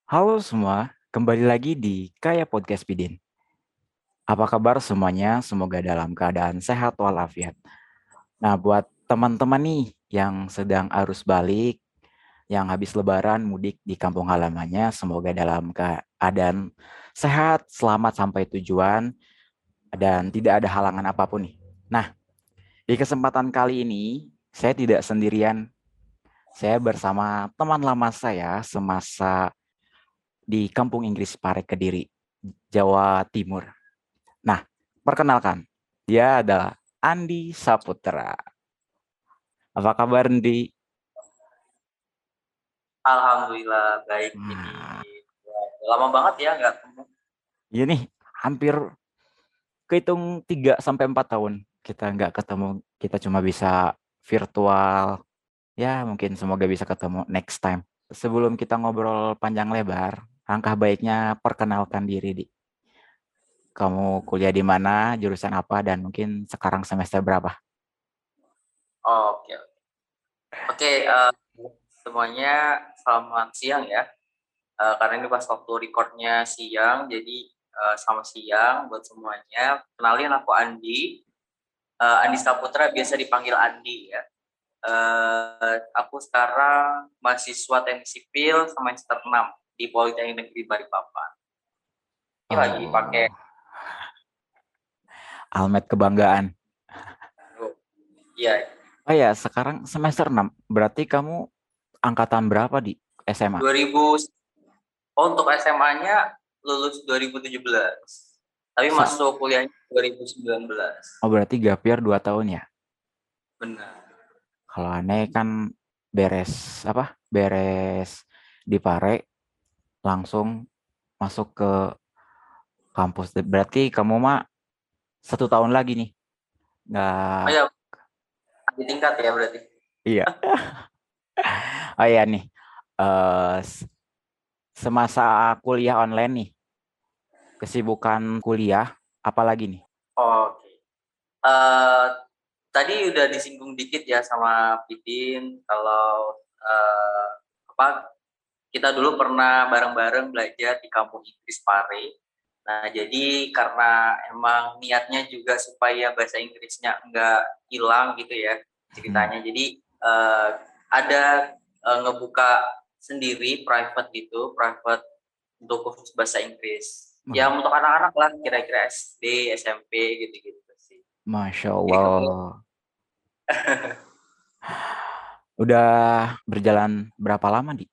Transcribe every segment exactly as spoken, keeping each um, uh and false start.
Halo semua, kembali lagi di Kaya Podcast Pidin. Apa kabar semuanya? Semoga dalam keadaan sehat walafiat. Nah, buat teman-teman nih yang sedang arus balik, yang habis lebaran mudik di kampung halamannya, semoga dalam keadaan sehat, selamat sampai tujuan, dan tidak ada halangan apapun nih. Nah, di kesempatan kali ini, saya tidak sendirian. Saya bersama teman lama saya semasa di Kampung Inggris Pare Kediri, Jawa Timur. Nah, perkenalkan, dia adalah Andi Saputra. Apa kabar, Andi? Alhamdulillah baik ini. Nah, Ya, lama banget ya nggak ketemu. ini hampir kehitung tiga sampai empat tahun kita nggak ketemu. Kita cuma bisa virtual. Ya, mungkin semoga bisa ketemu next time. Sebelum kita ngobrol panjang lebar, langkah baiknya perkenalkan diri, Di. Kamu kuliah di mana, jurusan apa, dan mungkin sekarang semester berapa? Oh, oke oke eh, semuanya selamat siang ya. Eh, karena ini pas waktu recordnya siang, jadi eh, selamat siang buat semuanya. Kenalin aku Andi. Eh, Andi Saputra biasa dipanggil Andi ya. Eh, aku sekarang mahasiswa teknik sipil semester enam di Politeknik Negeri Balikpapan. Ini lagi pakai. Oh, almet kebanggaan. Oh, iya. Oh ya, sekarang semester enam. Berarti kamu angkatan berapa di S M A? dua ribu. Oh, untuk S M A-nya lulus dua ribu tujuh belas. Tapi Sa masuk kuliahnya dua ribu sembilan belas. oh, berarti gap year dua tahun ya? Benar. Kalau aneh kan beres apa? Beres di Pare langsung masuk ke kampus. Berarti kamu mah satu tahun lagi nih. Oh Nggak, ya, di tingkat ya berarti. iya. Oh iya nih. Eh, s- Semasa kuliah online nih, kesibukan kuliah apalagi nih? Oh, oke. Eh, tadi udah disinggung dikit ya sama Pidin kalau eh, apa kita dulu pernah bareng-bareng belajar di kampung Inggris Pare. Nah, jadi karena emang niatnya juga supaya bahasa Inggrisnya enggak hilang gitu ya Hmm. ceritanya. Jadi eh, ada eh, ngebuka sendiri private gitu, private untuk khusus bahasa Inggris. Ya Wah, untuk anak-anak lah kira-kira S D, S M P gitu-gitu sih. Masya Jadi kebetulan Allah. Udah berjalan berapa lama, Di?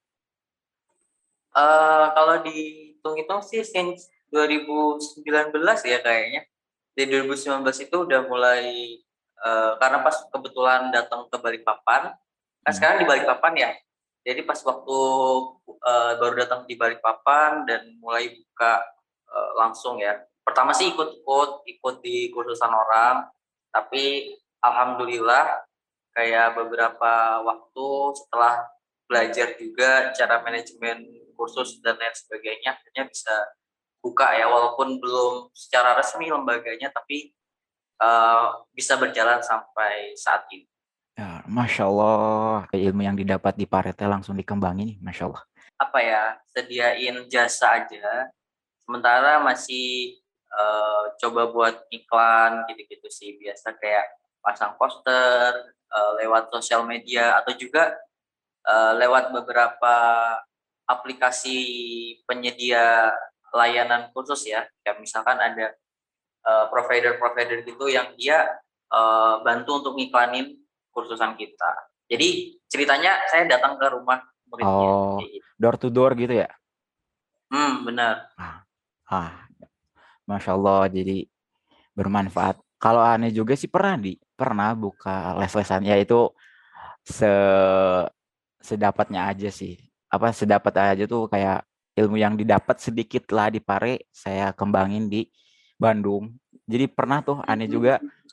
eh, kalau dihitung-hitung sih since dua ribu sembilan belas ya kayaknya. Di dua ribu sembilan belas itu udah mulai uh, karena pas kebetulan datang ke Balikpapan, kan Hmm. sekarang di Balikpapan ya. Jadi pas waktu uh, baru datang di Balikpapan dan mulai buka uh, langsung ya. Pertama sih ikut-ikut ikut di kursusan orang, tapi alhamdulillah kayak beberapa waktu setelah belajar juga cara manajemen kursus dan lain sebagainya akhirnya bisa buka ya walaupun belum secara resmi lembaganya tapi uh, bisa berjalan sampai saat ini. Ya, Masya Allah, ilmu yang didapat di Parete langsung dikembangin nih, Masya Allah. Apa ya, sediain jasa aja sementara masih uh, coba buat iklan gitu-gitu sih, biasa kayak pasang poster uh, lewat sosial media atau juga uh, lewat beberapa aplikasi penyedia layanan khusus ya, kayak misalkan ada uh, provider-provider gitu yang dia uh, bantu untuk ngiklanin kursusan kita. Jadi ceritanya saya datang ke rumah muridnya. Oh, Kayak gitu. door to door gitu ya? Hmm, benar. Ah, ah, Masya Allah, jadi bermanfaat. Kalau aneh juga sih pernah di pernah buka les-lesan ya itu se sedapatnya aja sih. Apa sedapat aja tuh kayak ilmu yang didapat sedikit lah di Pare saya kembangin di Bandung. Jadi pernah tuh aneh juga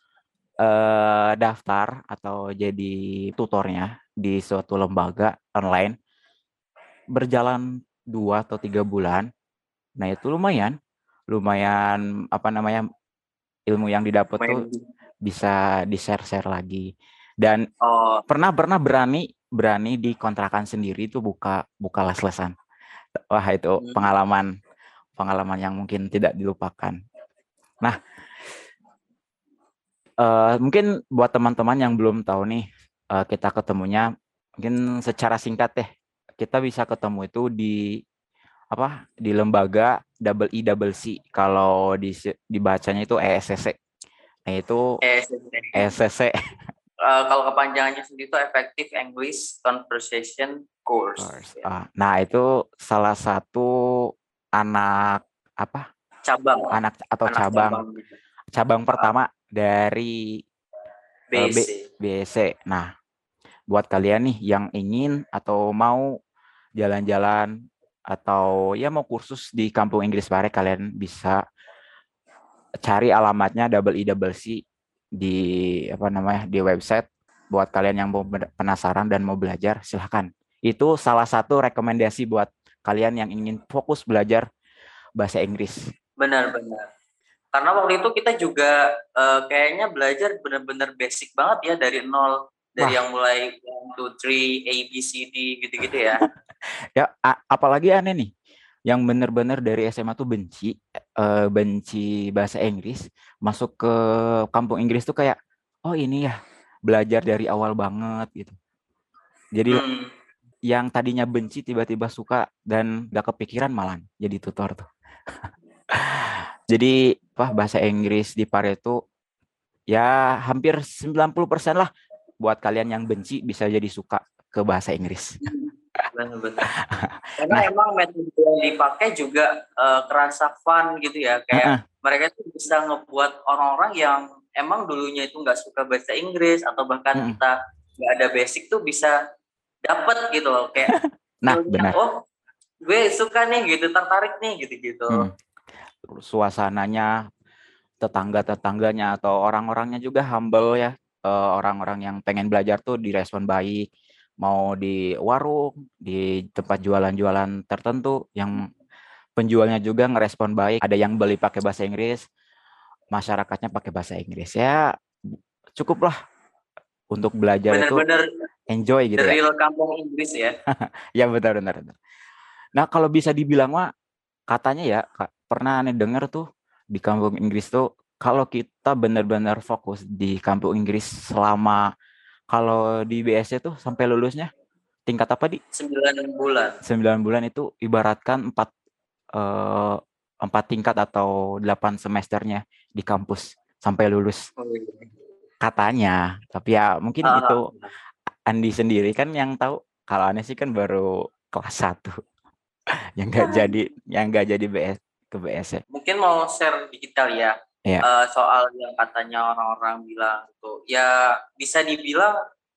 eh, daftar atau jadi tutornya di suatu lembaga online berjalan dua atau tiga bulan. Nah itu lumayan, lumayan apa namanya ilmu yang didapat tuh Main. bisa di share-share lagi. Dan Oh, pernah pernah berani berani di kontrakan sendiri tuh buka buka les-lesan. Wah, itu Hmm. pengalaman pengalaman yang mungkin tidak dilupakan. Nah, uh, mungkin buat teman-teman yang belum tahu nih, uh, kita ketemunya mungkin secara singkat deh. Kita bisa ketemu itu di apa? Di lembaga double E double C. Kalau di dibacanya itu E S C C. Nah, itu Eh, E S C C. Uh, kalau kepanjangannya sendiri itu Effective English Conversation Course. Ya. Ah, nah, itu salah satu anak apa? Cabang, Anak atau anak cabang cabang gitu. cabang Uh, pertama dari uh, B B C. B C. Nah, buat kalian nih yang ingin atau mau jalan-jalan atau ya mau kursus di Kampung Inggris Pare, kalian bisa cari alamatnya double E double C di apa namanya di website. Buat kalian yang mau penasaran dan mau belajar, silahkan. Itu salah satu rekomendasi buat kalian yang ingin fokus belajar bahasa Inggris. Benar-benar. Karena waktu itu kita juga uh, kayaknya belajar benar-benar basic banget ya dari nol. Dari Wah, yang mulai one, two, three, A, B, C, D gitu-gitu ya. ya apalagi aneh nih, yang benar-benar dari S M A tuh benci uh, benci bahasa Inggris, masuk ke Kampung Inggris tuh kayak, oh ini ya belajar dari awal banget gitu. Jadi Hmm. yang tadinya benci tiba-tiba suka dan gak kepikiran malah jadi tutor tuh. Jadi wah, bahasa Inggris di Pare itu ya hampir sembilan puluh persen lah buat kalian yang benci bisa jadi suka ke bahasa Inggris. Benar-benar. Karena Nah, emang metode yang dipakai juga uh, kerasa fun gitu ya. Kayak uh-uh, mereka tuh bisa ngebuat orang-orang yang emang dulunya itu nggak suka bahasa Inggris atau bahkan uh-uh. kita nggak ada basic tuh bisa dapet gitu loh. Kayak Nah feel-nya, benar. oh gue suka nih gitu, tertarik nih gitu-gitu. Hmm. Suasananya, tetangga-tetangganya atau orang-orangnya juga humble ya. Eh, orang-orang yang pengen belajar tuh direspon baik. Mau di warung, di tempat jualan-jualan tertentu, yang penjualnya juga ngerespon baik. Ada yang beli pakai bahasa Inggris, masyarakatnya pakai bahasa Inggris. Ya cukuplah untuk belajar itu Bener-bener enjoy the gitu ya. real kampung Inggris ya. Ya benar benar. benar. Nah kalau bisa dibilang mah katanya ya Kak, pernah aneh denger tuh di kampung Inggris tuh kalau kita benar-benar fokus di kampung Inggris selama, kalau di B S C tuh sampai lulusnya tingkat apa di Sembilan bulan. sembilan bulan itu ibaratkan empat eh, empat tingkat atau delapan semesternya di kampus sampai lulus Oh, iya. katanya. Tapi ya mungkin Ah, itu Andi sendiri kan yang tahu. Kalau aneh sih kan baru kelas satu yang nggak jadi yang nggak jadi B S ke B S ya. mungkin mau share dikit kali ya. Ya. Uh, soal yang katanya orang-orang bilang tuh ya bisa dibilang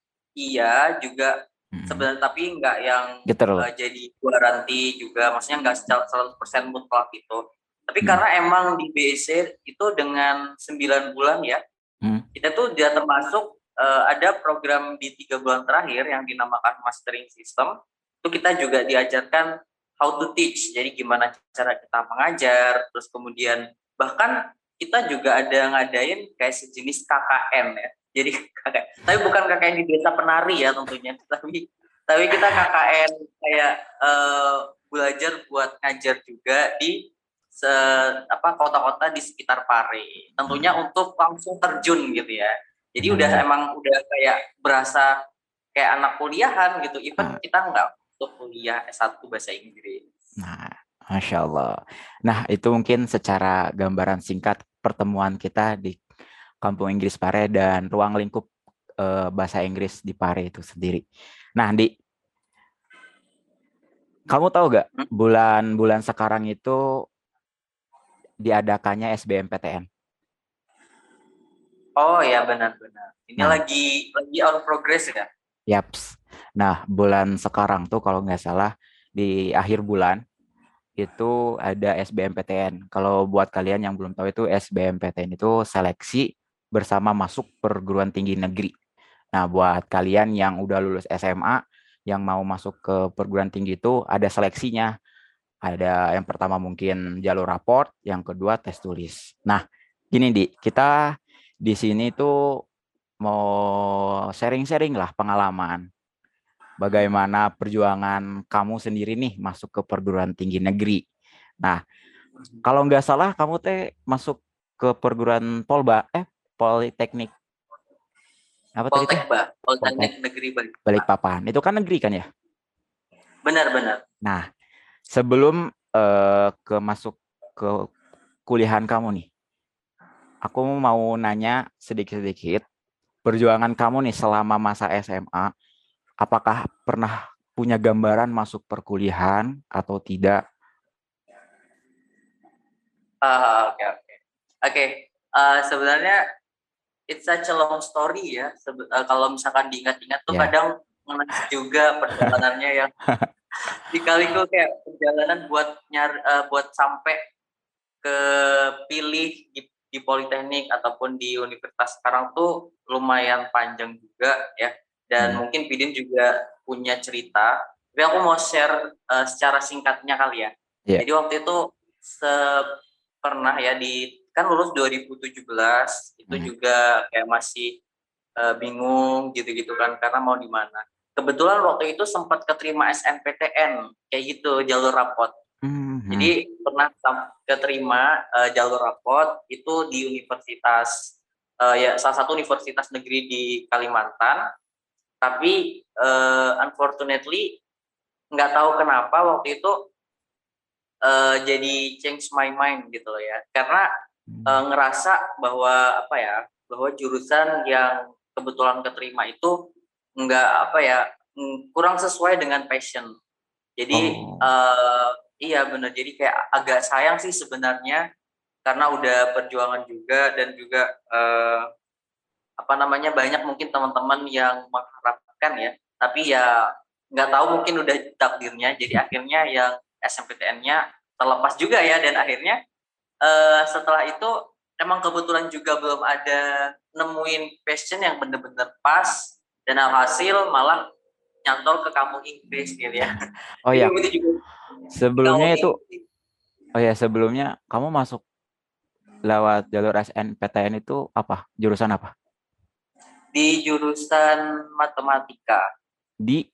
iya juga Hmm. sebenarnya, tapi nggak yang Gitu loh. uh, jadi garansi juga, maksudnya nggak seratus persen mutlak gitu. Tapi Hmm. karena emang di B S C itu dengan sembilan bulan ya, Hmm. kita tuh dia termasuk uh, ada program di tiga bulan terakhir yang dinamakan mastering system. Itu kita juga diajarkan how to teach, jadi gimana cara kita mengajar, terus kemudian bahkan kita juga ada ngadain kayak sejenis K K N ya. Jadi K K N, tapi bukan K K N di desa penari ya tentunya, tapi tapi kita K K N kayak uh, belajar buat ngajar juga di se, apa kota-kota di sekitar Pare. Tentunya untuk langsung terjun gitu ya. Jadi udah Benar-benar. emang udah kayak berasa kayak anak kuliahan gitu. Even Nah, kita nggak untuk kuliah S satu bahasa Inggris. nah, Masya Allah. Nah, itu mungkin secara gambaran singkat pertemuan kita di Kampung Inggris Pare dan ruang lingkup eh, bahasa Inggris di Pare itu sendiri. Nah, Andi, kamu tahu gak Hmm? bulan-bulan sekarang itu diadakannya S B M P T N? Oh ya benar-benar. Ini Nah, lagi lagi on progress ya. yaps. Nah, bulan sekarang tuh kalau nggak salah di akhir bulan itu ada S B M P T N. Kalau buat kalian yang belum tahu itu S B M P T N itu seleksi bersama masuk perguruan tinggi negeri. Nah, buat kalian yang udah lulus S M A yang mau masuk ke perguruan tinggi itu ada seleksinya. Ada yang pertama mungkin jalur raport, yang kedua tes tulis. Nah, gini Di, kita di sini tuh mau sharing-sharing lah pengalaman. bagaimana perjuangan kamu sendiri nih masuk ke perguruan tinggi negeri. Nah, kalau nggak salah kamu teh masuk ke perguruan Polba, eh Politeknik apa tadi teh? Poltekba, Poltek Politeknik Negeri Balikpapan. Balikpapan. Itu kan negeri kan ya? Benar-benar. Nah, sebelum eh, ke masuk ke kuliahan kamu nih, aku mau nanya sedikit-sedikit perjuangan kamu nih selama masa S M A. Apakah pernah punya gambaran masuk perkuliahan atau tidak? Ah, oke oke. Oke, eh, sebenarnya it's such a long story ya. Sebe- eh, kalau misalkan diingat-ingat tuh Ya. kadang menangis juga perjalanannya yang dikaliku kayak perjalanan buat nyar eh, buat sampai ke pilih di, di Politeknik ataupun di universitas sekarang tuh lumayan panjang juga ya. Dan Hmm. mungkin Pidin juga punya cerita. Tapi aku mau share uh, secara singkatnya kali ya. Ya. Jadi waktu itu se pernah ya di kan lulus dua ribu tujuh belas itu Hmm. juga kayak masih uh, bingung gitu-gitu kan karena mau di mana. Kebetulan waktu itu sempat keterima S N P T N kayak gitu jalur rapot. Hmm. Hmm. Jadi pernah keterima uh, jalur rapot itu di universitas uh, ya salah satu universitas negeri di Kalimantan. Tapi uh, unfortunately nggak tahu kenapa waktu itu uh, jadi change my mind gitu loh ya. Karena uh, ngerasa bahwa apa ya bahwa jurusan yang kebetulan keterima itu nggak apa ya kurang sesuai dengan passion. Jadi Oh. uh, iya benar. Jadi kayak agak sayang sih sebenarnya karena udah perjuangan juga dan juga uh, apa namanya banyak mungkin teman-teman yang mengharapkan ya. Tapi ya nggak tahu mungkin udah takdirnya. Jadi akhirnya yang S M P T N-nya terlepas juga ya dan akhirnya uh, setelah itu emang kebetulan juga belum ada nemuin passion yang bener-bener pas dan alhasil malah nyantol ke kampung Inggris gitu ya. Oh Jadi ya, waktu itu juga di sebelumnya kampung itu, Inggris oh ya sebelumnya kamu masuk lewat jalur S N P T N itu apa? Jurusan apa? di jurusan matematika. Di,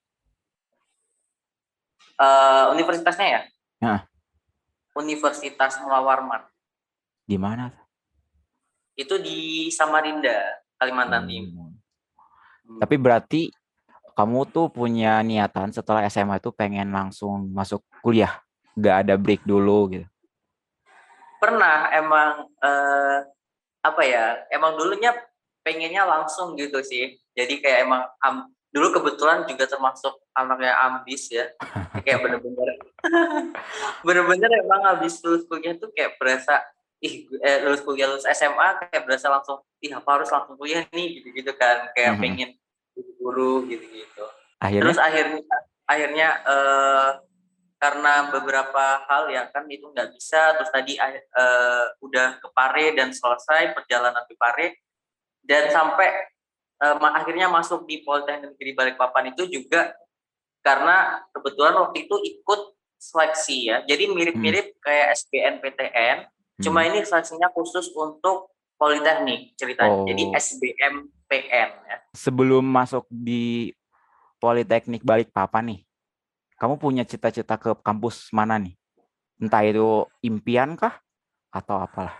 Uh, universitasnya ya, nah, Universitas Mula Warman. di mana? Itu di Samarinda, Kalimantan Timur. Hmm. Hmm. Tapi berarti kamu tuh punya niatan setelah S M A itu pengen langsung masuk kuliah, nggak ada break dulu gitu. Pernah emang uh, apa ya? Emang dulunya pengennya langsung gitu sih. Jadi kayak emang um, dulu kebetulan juga termasuk anaknya ambis ya. Kayak bener-bener bener-bener emang habis lulus kuliah tuh kayak berasa ih eh, lulus kuliah lulus S M A kayak berasa langsung ih apa harus langsung kuliah nih gitu-gitu kan kayak Mhm. pengen buru-buru gitu-gitu. Terus Akhirnya, akhirnya akhirnya eh, karena beberapa hal ya kan itu nggak bisa terus tadi eh, udah ke Pare dan selesai perjalanan di Pare dan sampai eh, akhirnya masuk di Politeknik Negeri Balikpapan itu juga karena kebetulan waktu itu ikut seleksi ya. Jadi hmm, mirip-mirip kayak S B N P T N, cuma hmm. ini seleksinya khusus untuk politeknik ceritanya. Jadi Oh, S B M P N ya. sebelum masuk di Politeknik Balikpapan nih, kamu punya cita-cita ke kampus mana nih? Entah itu impian kah atau apalah?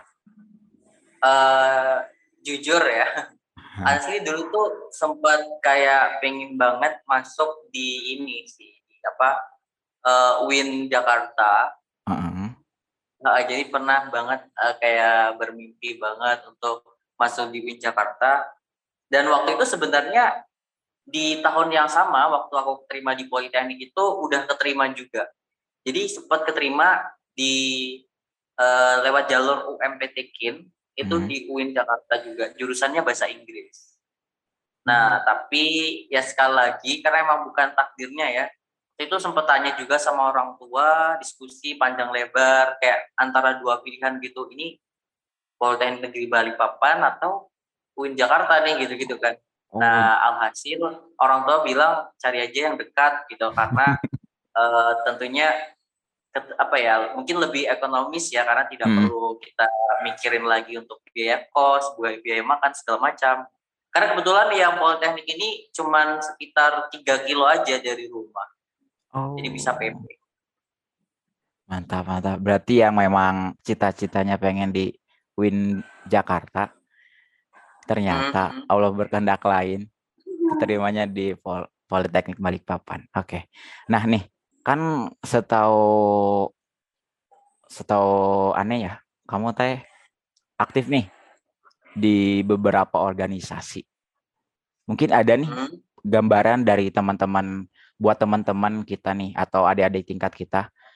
Uh, jujur ya, Hah. asli dulu tuh sempat kayak pengen banget masuk di ini sih, di apa uh, U I N Jakarta. Heeh. Nah, jadi pernah banget uh, kayak bermimpi banget untuk masuk di U I N Jakarta. Dan waktu itu sebenarnya di tahun yang sama waktu aku terima di Politeknik itu udah keterima juga. Jadi sempat keterima di uh, lewat jalur U M P T K I N itu Hmm. di U I N Jakarta juga jurusannya bahasa Inggris. Hmm. Nah tapi ya sekali lagi karena emang bukan takdirnya ya. Itu sempat tanya juga sama orang tua, diskusi panjang lebar kayak antara dua pilihan gitu. Ini Politeknik Negeri Balikpapan atau U I N Jakarta nih gitu-gitu kan. Oh, Nah, alhasil orang tua bilang cari aja yang dekat gitu karena uh, tentunya ket, apa ya mungkin lebih ekonomis ya karena tidak hmm. perlu kita mikirin lagi untuk biaya kos, biaya makan segala macam. Karena kebetulan yang Politeknik ini cuman sekitar tiga kilo aja dari rumah. Jadi bisa Oh, P P. mantap, mantap. Berarti yang memang cita-citanya pengen di U I N Jakarta, ternyata Hmm. Allah berkehendak lain, keterimanya di Pol Politeknik Balikpapan. Oke. Nah nih, kan setahu setahu aneh ya, kamu teh aktif nih di beberapa organisasi. Mungkin ada nih Hmm. gambaran dari teman-teman, buat teman-teman kita nih atau adik-adik tingkat kita,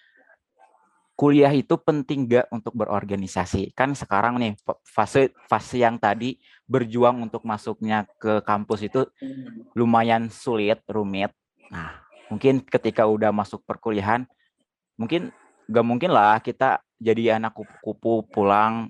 kuliah itu penting gak untuk berorganisasi? Kan sekarang nih fase fase yang tadi berjuang untuk masuknya ke kampus itu lumayan sulit, rumit. Nah, mungkin ketika udah masuk perkuliahan, mungkin gak mungkin lah kita jadi anak kupu-kupu pulang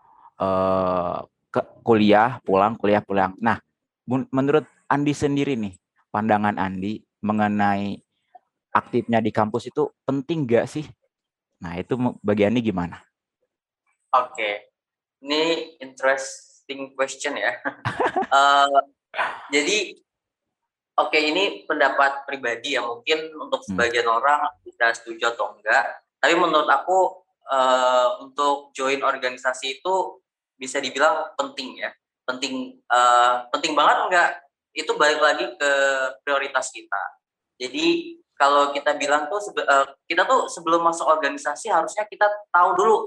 eh, ke kuliah, pulang, kuliah, pulang. Nah, menurut Andi sendiri nih, pandangan Andi mengenai aktifnya di kampus itu penting gak sih? Nah, itu bagi Andi gimana? Oke, okay. Ini interesting question ya. uh, jadi, oke okay, ini pendapat pribadi ya. Mungkin untuk Hmm. sebagian orang bisa setuju atau enggak. Tapi menurut aku uh, untuk join organisasi itu bisa dibilang penting ya. Penting, uh, penting banget enggak? Itu balik lagi ke prioritas kita. Jadi kalau kita bilang tuh, uh, kita tuh sebelum masuk organisasi harusnya kita tahu dulu.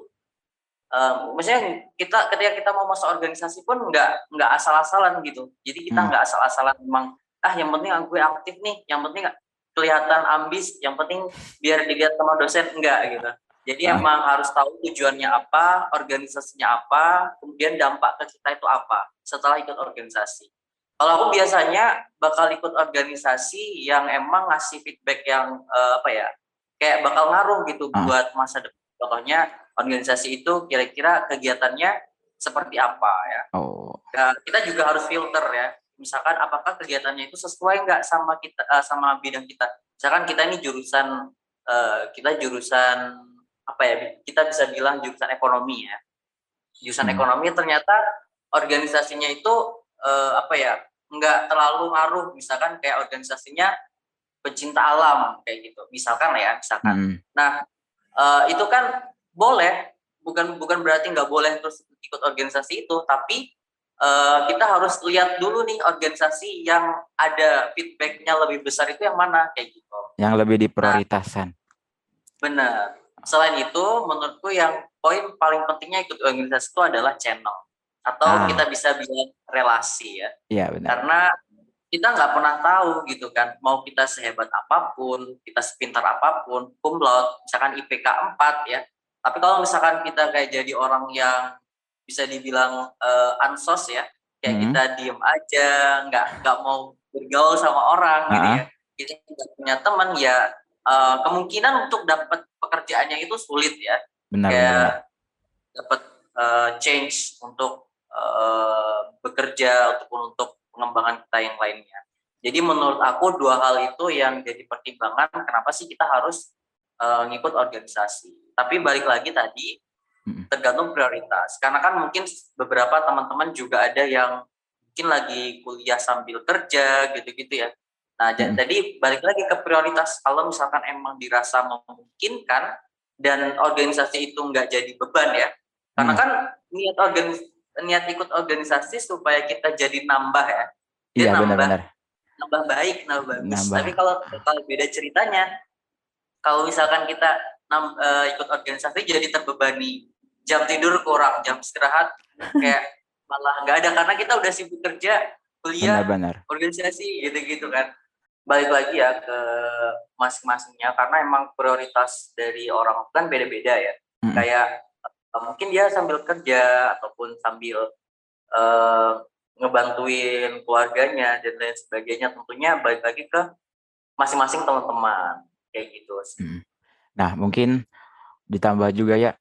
Uh, maksudnya kita ketika kita mau masuk organisasi pun nggak nggak asal-asalan gitu. Jadi kita Hmm. nggak asal-asalan memang ah yang penting gue aktif nih, yang penting kelihatan ambis, yang penting biar dilihat sama dosen, enggak gitu. Jadi Ah. emang harus tahu tujuannya apa, organisasinya apa, kemudian dampak ke kita itu apa setelah ikut organisasi. Kalau aku biasanya bakal ikut organisasi yang emang ngasih feedback yang uh, apa ya, kayak bakal ngaruh gitu Ah. buat masa depan. Contohnya organisasi itu kira-kira kegiatannya seperti apa ya. Oh. Nah, kita juga harus filter ya. Misalkan apakah kegiatannya itu sesuai nggak sama kita uh, sama bidang kita. Misalkan kita ini jurusan uh, kita jurusan apa ya? Kita bisa bilang jurusan ekonomi ya. Jurusan Hmm. ekonomi ternyata organisasinya itu uh, apa ya? Nggak terlalu ngaruh. Misalkan kayak organisasinya pecinta alam kayak gitu. Misalkan ya, misalkan. Hmm. Nah, uh, itu kan boleh, bukan bukan berarti nggak boleh terus ikut organisasi itu, tapi uh, kita harus lihat dulu nih organisasi yang ada feedbacknya lebih besar itu yang mana kayak gitu. Yang lebih Nah, diprioritaskan. benar. Selain itu, menurutku yang poin paling pentingnya ikut organisasi itu adalah channel atau Ah, kita bisa bilang relasi ya. iya benar. Karena kita nggak pernah tahu gitu kan, mau kita sehebat apapun, kita sepintar apapun, cum laude, misalkan I P K empat ya, tapi kalau misalkan kita kayak jadi orang yang bisa dibilang uh, ansos ya, kayak Hmm. kita diem aja, nggak nggak mau bergaul sama orang gitu ya, Ah. kita tidak punya teman ya, uh, kemungkinan untuk dapat pekerjaannya itu sulit ya, Benar, benar, benar. kayak dapat uh, change untuk uh, bekerja ataupun untuk pengembangan kita yang lainnya. Jadi menurut aku dua hal itu yang jadi pertimbangan kenapa sih kita harus uh, ngikut organisasi. Tapi balik lagi tadi tergantung prioritas. Karena kan mungkin beberapa teman-teman juga ada yang mungkin lagi kuliah sambil kerja gitu-gitu ya. Nah, Hmm. jadi balik lagi ke prioritas. Kalau misalkan emang dirasa memungkinkan dan organisasi itu nggak jadi beban ya. Karena Hmm. kan niat organis niat ikut organisasi supaya kita jadi nambah ya. Dia Iya, nambah benar-benar. nambah baik, nambah bagus. Nambah. Tapi kalau kalau beda ceritanya, kalau misalkan kita nam, uh, ikut organisasi jadi terbebani, jam tidur kurang, jam istirahat kayak malah nggak ada karena kita udah sibuk kerja, kuliah, Benar-benar. organisasi gitu-gitu kan. Balik lagi ya ke masing-masingnya karena emang prioritas dari orang kan beda-beda ya. Hmm. Kayak uh, mungkin dia sambil kerja ataupun sambil uh, ngebantuin keluarganya dan lain sebagainya, tentunya balik lagi ke masing-masing teman-teman kayak gitu sih. Hmm. Nah, mungkin ditambah juga ya,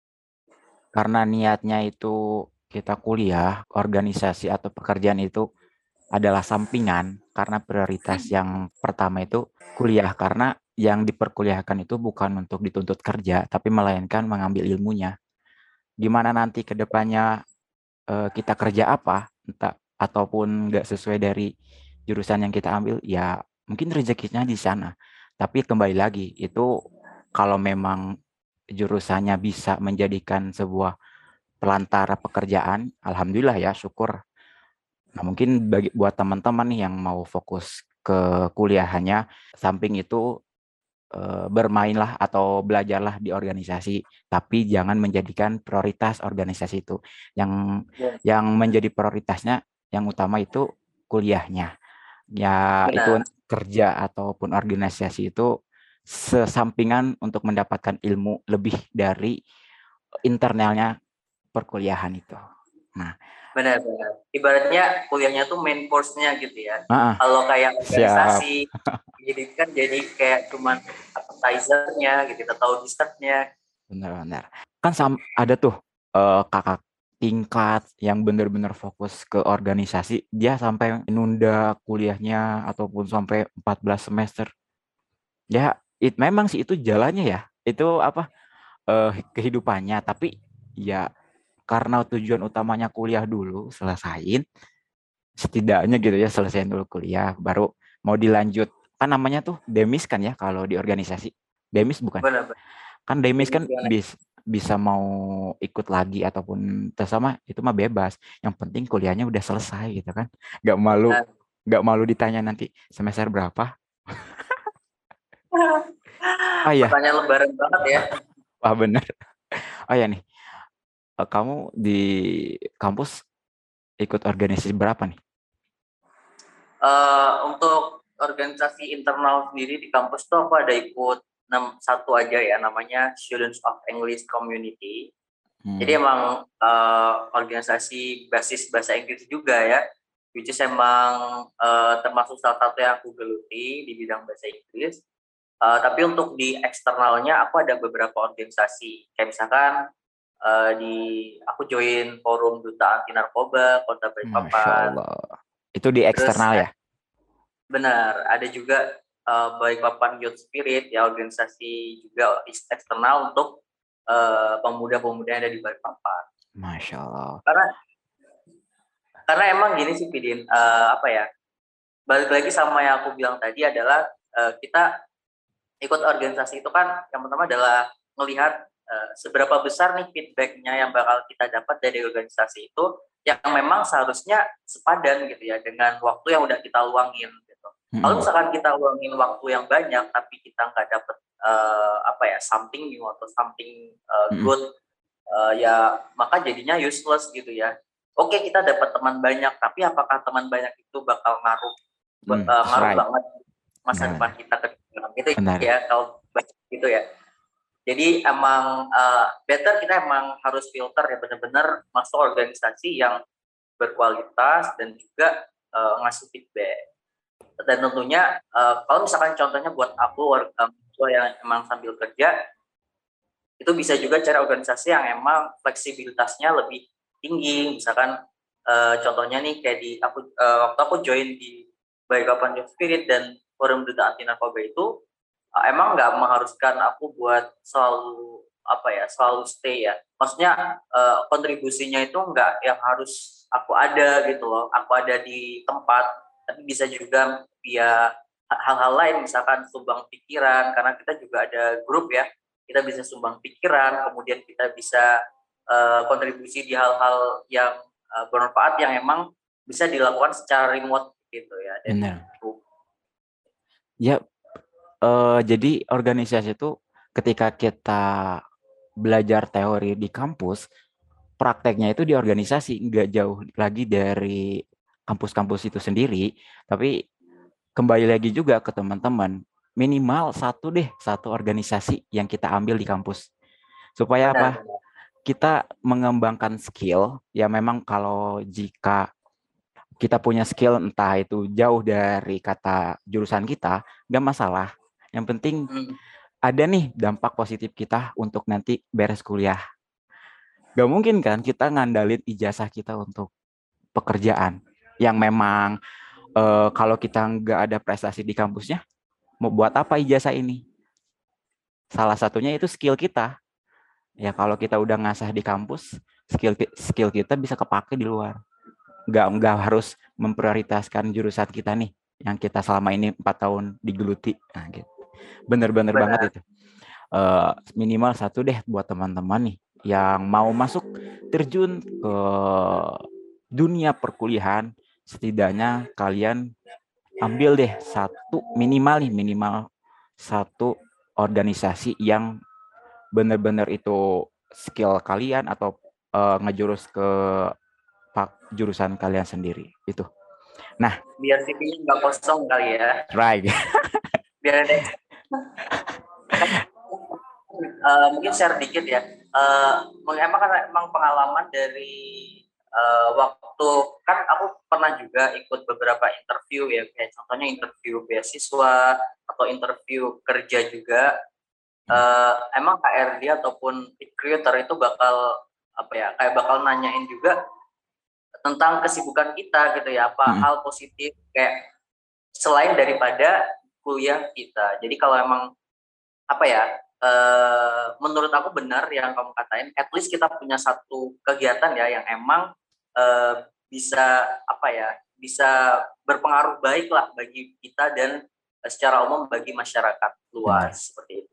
karena niatnya itu kita kuliah, organisasi atau pekerjaan itu adalah sampingan, karena prioritas yang pertama itu kuliah, karena yang diperkuliahkan itu bukan untuk dituntut kerja, tapi melainkan mengambil ilmunya. Gimana nanti ke depannya eh, kita kerja apa, entah ataupun nggak sesuai dari jurusan yang kita ambil, ya mungkin rezekinya di sana. Tapi kembali lagi, itu kalau memang jurusannya bisa menjadikan sebuah pelantara pekerjaan, alhamdulillah ya, syukur. Nah, mungkin bagi buat teman-teman nih yang mau fokus ke kuliahannya, samping itu eh, bermainlah atau belajarlah di organisasi, tapi jangan menjadikan prioritas organisasi itu. Yang Ya, yang menjadi prioritasnya yang utama itu kuliahnya. Ya itu benar. kerja ataupun organisasi itu sesampingan untuk mendapatkan ilmu lebih dari internalnya perkuliahan itu. Nah, Benar-benar. Ibaratnya kuliahnya tuh main course-nya gitu ya. ah, Kalau kayak siap, organisasi, jadi kan jadi kayak cuman appetizer-nya gitu atau dessert-nya. benar-benar. Kan sam- ada tuh eh, kakak tingkat yang benar-benar fokus ke organisasi, dia sampai nunda kuliahnya ataupun sampai empat belas semester. Ya, it, memang sih itu jalannya ya. Itu apa eh, kehidupannya, tapi ya karena tujuan utamanya kuliah dulu selesaiin, setidaknya gitu ya, selesaiin dulu kuliah baru mau dilanjut. Kan namanya tuh demis kan ya kalau di organisasi. Demis bukan? Benar-benar. Kan demis Jadi kan gimana? bis, bisa mau ikut lagi ataupun tersama itu mah bebas. Yang penting kuliahnya udah selesai gitu kan. Gak malu, Nah, gak malu ditanya nanti semester berapa. Ah ya, pertanyaan lebaran banget ya. wah bener. Oh ya nih, eh, kamu di kampus ikut organisasi berapa nih? Eh, untuk organisasi internal sendiri di kampus tuh aku ada ikut enam, satu aja ya, namanya Students of English Community. Jadi Hmm, emang eh, organisasi basis bahasa Inggris juga ya, which is emang eh, termasuk salah satu yang aku geluti di bidang bahasa Inggris. Eh, tapi untuk di eksternalnya aku ada beberapa organisasi, kayak misalkan eh, di aku join forum duta anti narkoba Kota Masya Balikpapan. Allah. Itu di Terus eksternal ya? benar, ada juga uh, Balikpapan Youth Spirit ya, organisasi juga eksternal untuk uh, pemuda-pemuda yang ada di Balikpapan. Masya Allah. Karena karena emang gini sih Pidin, uh, apa ya? Balik lagi sama yang aku bilang tadi adalah uh, kita ikut organisasi itu kan yang pertama adalah melihat uh, seberapa besar nih feedbacknya yang bakal kita dapat dari organisasi itu yang memang seharusnya sepadan gitu ya dengan waktu yang udah kita luangin gitu. Kalau Mm-mm. misalkan kita luangin waktu yang banyak tapi kita nggak dapet uh, apa ya something new atau something uh, Mm-mm. good, uh, ya maka jadinya useless gitu ya. Oke kita dapat teman banyak tapi apakah teman banyak itu bakal ngaruh Mm, uh, that's ngaruh right. banget masa depan Benar, kita ke depan gitu benar. ya kalau gitu ya. Jadi emang uh, better kita emang harus filter ya benar-benar masuk organisasi yang berkualitas dan juga uh, ngasih feedback. Dan tentunya uh, kalau misalkan contohnya buat aku warga yang emang sambil kerja itu bisa juga cari organisasi yang emang fleksibilitasnya lebih tinggi. Misalkan uh, contohnya nih kayak di aku uh, waktu aku join di Balikpapan Youth Spirit dan Forum Duta Anti Narkoba itu uh, emang nggak mengharuskan aku buat selalu apa ya selalu stay ya. Maksudnya uh, kontribusinya itu nggak yang harus aku ada gitu loh. Aku ada di tempat, tapi bisa juga via hal-hal lain misalkan sumbang pikiran karena kita juga ada grup ya, kita bisa sumbang pikiran, kemudian kita bisa uh, kontribusi di hal-hal yang uh, bermanfaat yang emang bisa dilakukan secara remote gitu ya dari Benar. grup. Ya, eh, jadi organisasi itu ketika kita belajar teori di kampus, prakteknya itu di organisasi, nggak jauh lagi dari kampus-kampus itu sendiri. Tapi kembali lagi juga ke teman-teman, minimal satu deh, satu organisasi yang kita ambil di kampus. Supaya apa? Benar-benar. Kita mengembangkan skill, ya memang kalau jika kita punya skill entah itu jauh dari kata jurusan kita, nggak masalah. Yang penting Hmm. ada nih dampak positif kita untuk nanti beres kuliah. Gak mungkin kan kita ngandalin ijazah kita untuk pekerjaan yang memang eh, kalau kita nggak ada prestasi di kampusnya, mau buat apa ijazah ini? Salah satunya itu skill kita. Ya kalau kita udah ngasah di kampus, skill skill kita bisa kepake di luar. nggak nggak harus memprioritaskan jurusan kita nih yang kita selama ini empat tahun digeluti. Nah, gitu. Bener-bener banget Benar. itu. Eh, minimal satu deh buat teman-teman nih yang mau masuk terjun ke dunia perkuliahan, setidaknya kalian ambil deh satu minimal nih minimal satu organisasi yang benar-benar itu skill kalian atau uh, ngejurus ke jurusan kalian sendiri itu. Nah, Biar C V-nya nggak kosong kali ya. right. Biar ada uh, mungkin share dikit ya. Uh, emang kan emang pengalaman dari uh, waktu kan aku pernah juga ikut beberapa interview ya, kayak contohnya interview beasiswa atau interview kerja juga. Uh, emang H R D ataupun recruiter itu bakal apa ya, kayak bakal nanyain juga tentang kesibukan kita gitu ya, apa hal positif kayak selain daripada kuliah kita. Jadi kalau emang apa ya, Uh, menurut aku benar yang kamu katain, at least kita punya satu kegiatan ya yang emang uh, bisa apa ya, bisa berpengaruh baik lah bagi kita dan uh, secara umum bagi masyarakat luas. Benar. Seperti itu.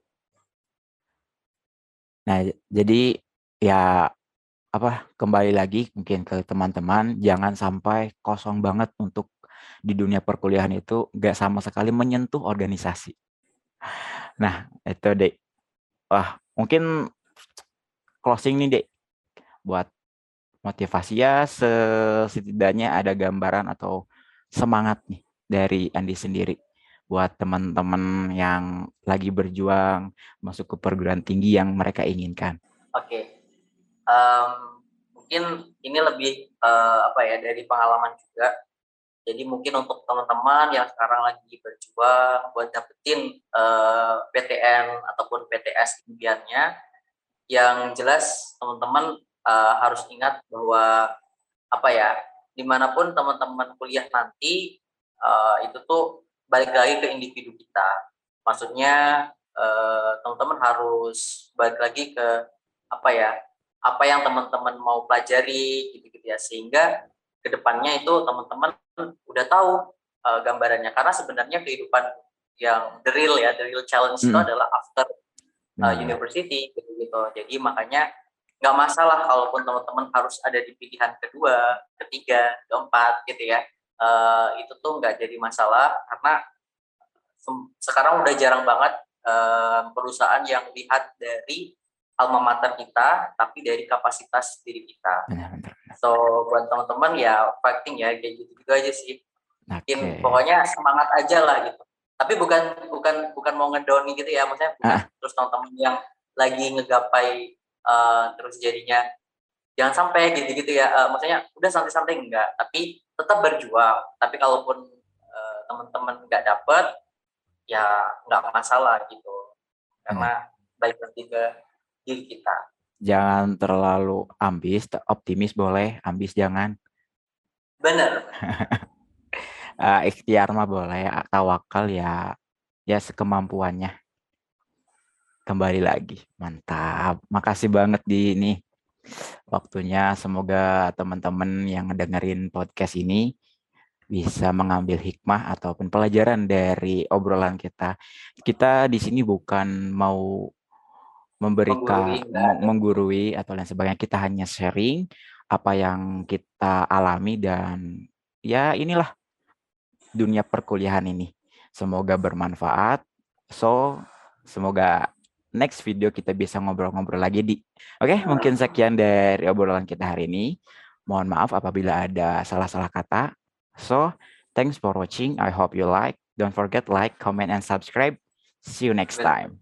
Nah, jadi ya apa kembali lagi mungkin ke teman-teman, jangan sampai kosong banget untuk di dunia perkuliahan itu nggak sama sekali menyentuh organisasi. Nah, itu deh. Wah, mungkin closing nih dek buat motivasi ya setidaknya ada gambaran atau semangat nih dari Andi sendiri buat teman-teman yang lagi berjuang masuk ke perguruan tinggi yang mereka inginkan. Oke, okay. um, mungkin ini lebih uh, apa ya dari pengalaman juga. Jadi mungkin untuk teman-teman yang sekarang lagi berjuang buat dapetin uh, P T N ataupun P T S impiannya, yang jelas teman-teman uh, harus ingat bahwa apa ya, dimanapun teman-teman kuliah nanti uh, itu tuh balik lagi ke individu kita. Maksudnya uh, teman-teman harus balik lagi ke apa ya, apa yang teman-teman mau pelajari gitu-gitu ya, sehingga kedepannya itu teman-teman udah tahu uh, gambarannya. Karena sebenarnya kehidupan yang the real ya, the real challenge hmm. itu adalah after uh, university gitu-gitu. Jadi makanya nggak masalah kalaupun teman-teman harus ada di pilihan kedua, ketiga, keempat gitu ya. Uh, itu tuh nggak jadi masalah karena sekarang udah jarang banget uh, perusahaan yang lihat dari alma mater kita, tapi dari kapasitas diri kita. So buat teman-teman ya fighting ya kayak gitu-gitu aja sih. Mungkin okay. Pokoknya semangat aja lah gitu. Tapi bukan bukan bukan mau ngedowning gitu ya, maksudnya bukan ah. Terus teman-teman yang lagi ngegapai uh, terus jadinya jangan sampai gitu-gitu ya. Uh, maksudnya udah santai-santai enggak, tapi tetap berjuang. Tapi kalaupun uh, teman-teman nggak dapet, ya nggak masalah gitu. Karena hmm. baik lagi ke diri kita. Jangan terlalu ambis, optimis boleh, ambis jangan. Bener. uh, ikhtiar mah boleh, tawakal ya ya sekemampuannya. Kembali lagi, mantap. Makasih banget di ini waktunya. Semoga teman-teman yang dengerin podcast ini bisa mengambil hikmah ataupun pelajaran dari obrolan kita. Kita di sini bukan mau memberikan menggurui, menggurui atau lain sebagainya. Kita hanya sharing apa yang kita alami dan ya inilah dunia perkuliahan ini. Semoga bermanfaat. So, semoga next video kita bisa ngobrol-ngobrol lagi di. Oke, okay, mungkin sekian dari obrolan kita hari ini. Mohon maaf apabila ada salah-salah kata. So, thanks for watching. I hope you like. Don't forget like, comment, and subscribe. See you next time.